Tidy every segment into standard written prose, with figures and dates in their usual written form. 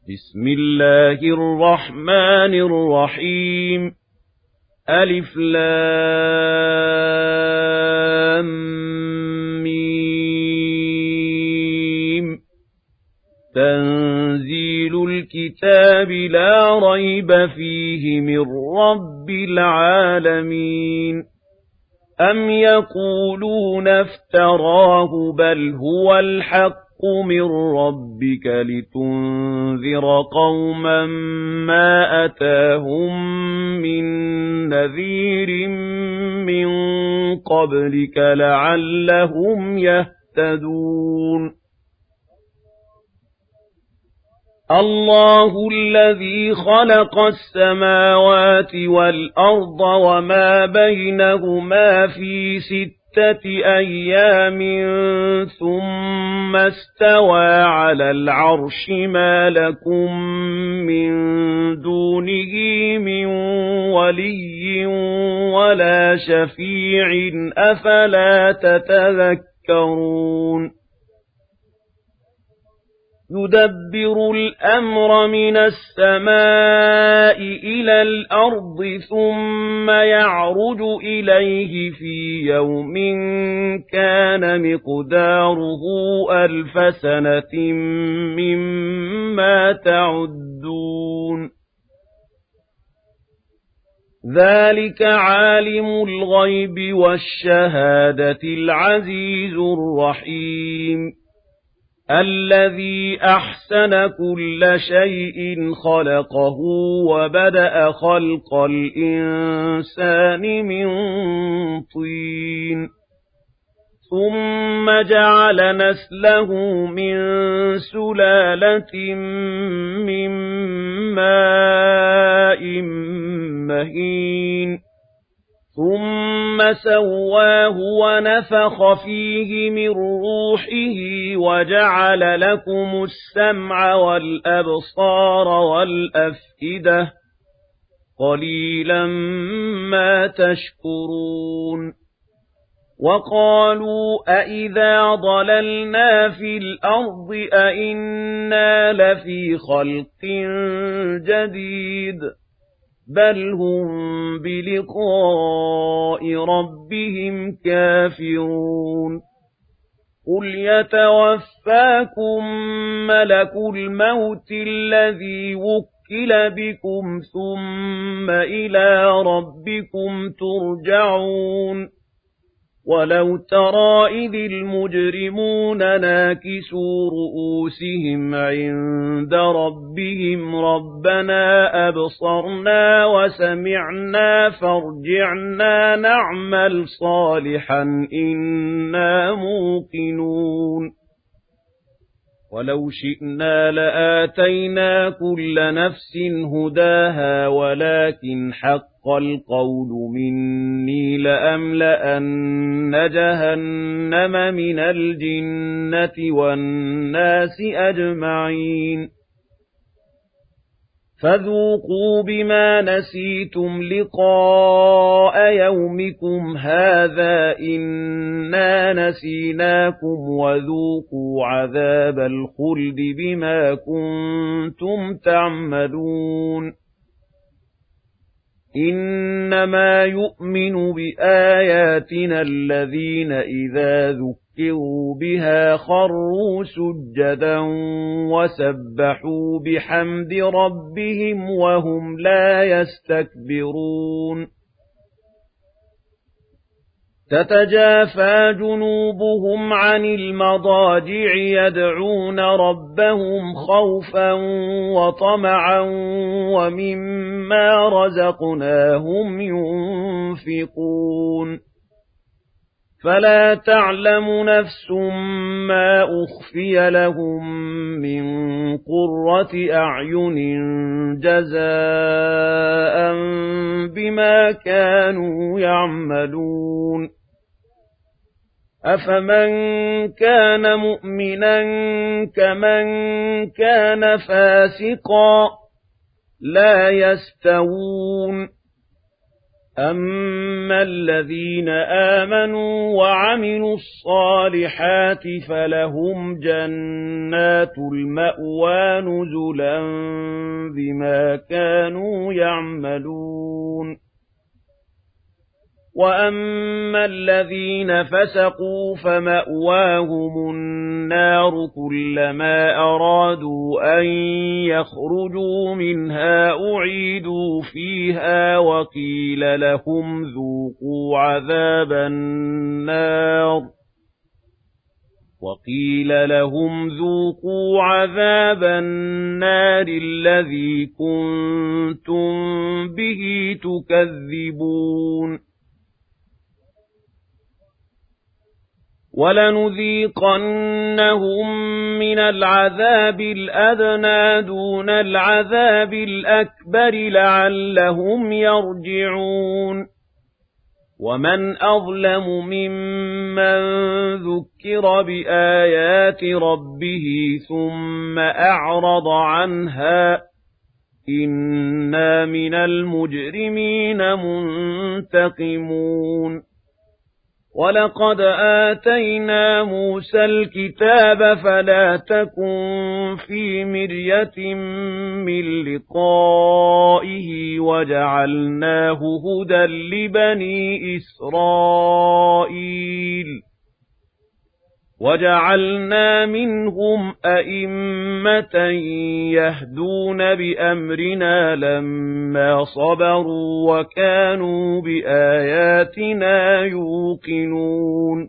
بسم الله الرحمن الرحيم ألف لام ميم تنزيل الكتاب لا ريب فيه من رب العالمين أم يقولون افتراه بل هو الحق من ربك لتنذر قوما ما أتاهم من نذير من قبلك لعلهم يهتدون الله الذي خلق السماوات والأرض وما بينهما في 6 أيام ثم استوى على العرش ما لكم من دونه من ولي ولا شفيع أفلا تتذكرون يدبر الأمر من السماء إلى الأرض ثم يعرج إليه في يوم كان مقداره 1000 سنة مما تعدون ذلك عالم الغيب والشهادة العزيز الرحيم الذي أحسن كل شيء خلقه وبدأ خلق الإنسان من طين ثم جعل نسله من سلالة من ماء مهين ثم سواه ونفخ فيه من روحه وجعل لكم السمع والأبصار والأفئدة قليلا ما تشكرون وقالوا أئذا ضللنا في الأرض أئنا لفي خلق جديد بل هم بلقاء ربهم كافرون قل يتوفاكم ملك الموت الذي وكل بكم ثم إلى ربكم ترجعون ولو ترى إذ المجرمون ناكسوا رؤوسهم عند ربهم ربنا أبصرنا وسمعنا فارجعنا نعمل صالحا إنا موقنون ولو شئنا لآتينا كل نفس هداها ولكن حق القول مني لأملأن جهنم من الجنة والناس أجمعين فذوقوا بما نسيتم لقاء يومكم هذا إنا نسيناكم وذوقوا عذاب الخلد بما كنتم تعملون إنما يؤمن بآياتنا الذين إذا ذكروا بها خروا سجدا وسبحوا بحمد ربهم وهم لا يستكبرون تتجافى جنوبهم عن المضاجع يدعون ربهم خوفا وطمعا ومما رزقناهم ينفقون فلا تعلم نفس ما أخفي لهم من قرة أعين جزاء بما كانوا يعملون أفمن كان مؤمنا كمن كان فاسقا لا يستوون أَمَّا الَّذِينَ آمَنُوا وَعَمِلُوا الصَّالِحَاتِ فَلَهُمْ جَنَّاتُ الْمَأْوَىٰ نُزُلًا بِمَا كَانُوا يَعْمَلُونَ وَأَمَّا الَّذِينَ فَسَقُوا فَمَأْوَاهُمُ النَّارُ كُلَّمَا أَرَادُوا أَن يَخْرُجُوا مِنْهَا أُعِيدُوا فِيهَا وَقِيلَ لَهُمْ ذُوقُوا عَذَابَ النَّارِ الَّذِي كُنتُم بِهِ تُكَذِّبُونَ وَلَنُذِيقَنَّهُم مِّنَ الْعَذَابِ الْأَدْنَىٰ دُونَ الْعَذَابِ الْأَكْبَرِ لَعَلَّهُمْ يَرْجِعُونَ وَمَنْ أَظْلَمُ مِمَّن ذُكِّرَ بِآيَاتِ رَبِّهِ ثُمَّ أَعْرَضَ عَنْهَا ۚ إِنَّا مِنَ الْمُجْرِمِينَ مُنتَقِمُونَ وَلَقَدْ آتَيْنَا مُوسَى الْكِتَابَ فَلَا تَكُن فِي مِرْيَةٍ مِّن لِّقَائِهِ وَجَعَلْنَاهُ هُدًى لِّبَنِي إِسْرَائِيلَ وَجَعَلْنَا مِنْهُمْ أَئِمَّةً يَهْدُونَ بِأَمْرِنَا لَمَّا صَبَرُوا وَكَانُوا بِآيَاتِنَا يُوقِنُونَ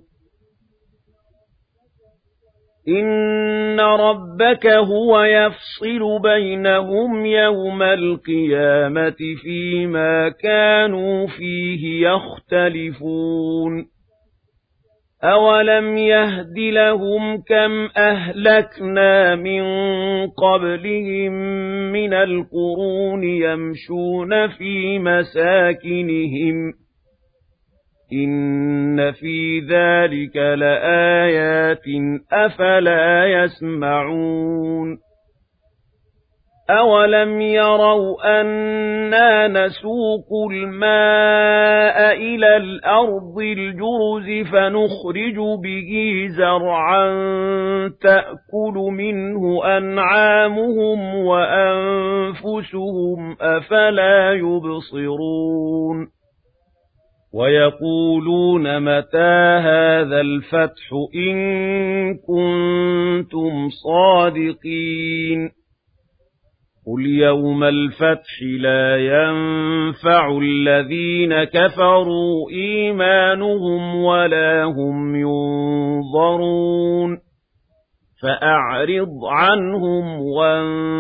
إِنَّ رَبَّكَ هُوَ يَفْصِلُ بَيْنَهُمْ يَوْمَ الْقِيَامَةِ فِيمَا كَانُوا فِيهِ يَخْتَلِفُونَ أَوَلَمْ يَهْدِ لَهُمْ كَمْ أَهْلَكْنَا مِن قَبْلِهِم مِّنَ الْقُرُونِ يَمْشُونَ فِي مَسَاكِنِهِمْ ۗ إِنَّ فِي ذَلِكَ لَآيَاتٍ ۖ أَفَلَا يَسْمَعُونَ أَوَلَمْ يَرَوْا أَنَّا نَسُوقُ الْمَاءَ إِلَى الْأَرْضِ الْجُرُزِ فَنُخْرِجُ بِهِ زَرْعًا تَأْكُلُ مِنْهُ أَنْعَامُهُمْ وَأَنفُسُهُمْ ۖ أَفَلَا يُبْصِرُونَ وَيَقُولُونَ مَتَىٰ هَٰذَا الْفَتْحُ إِن كُنتُمْ صَادِقِينَ قُلْ يَوْمَ الْفَتْحِ لَا يَنفَعُ الَّذِينَ كَفَرُوا إِيمَانُهُمْ وَلَا هُمْ يُنظَرُونَ فَأَعْرِضْ عَنْهُمْ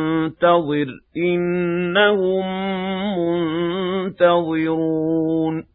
وَانتَظِرْ إِنَّهُم مُّنتَظِرُونَ